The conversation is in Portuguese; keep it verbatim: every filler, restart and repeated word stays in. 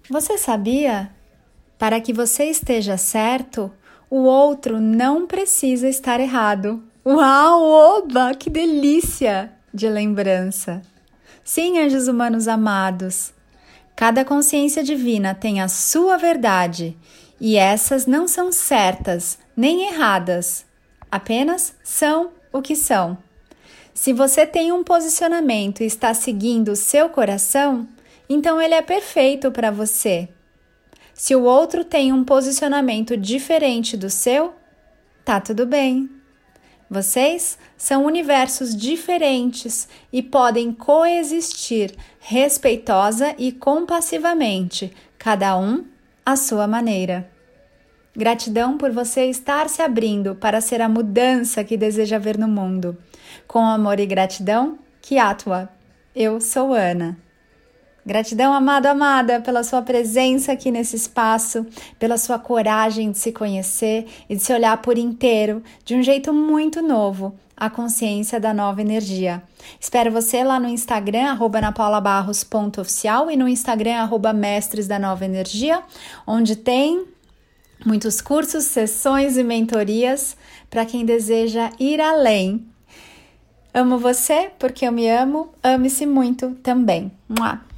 Você sabia? Para que você esteja certo, o outro não precisa estar errado. Uau, oba, que delícia de lembrança! Sim, anjos humanos amados, cada consciência divina tem a sua verdade e essas não são certas nem erradas, apenas são o que são. Se você tem um posicionamento e está seguindo o seu coração, então ele é perfeito para você. Se o outro tem um posicionamento diferente do seu, tá tudo bem. Vocês são universos diferentes e podem coexistir respeitosa e compassivamente, cada um à sua maneira. Gratidão por você estar se abrindo para ser a mudança que deseja ver no mundo. Com amor e gratidão, que atua. Eu sou Ana. Gratidão, amado, amada, pela sua presença aqui nesse espaço, pela sua coragem de se conhecer e de se olhar por inteiro, de um jeito muito novo, a consciência da nova energia. Espero você lá no Instagram, arroba anapaulabarros ponto oficial e no Instagram, arroba mestres da nova energia, onde tem muitos cursos, sessões e mentorias para quem deseja ir além. Amo você porque eu me amo, ame-se muito também. Mua!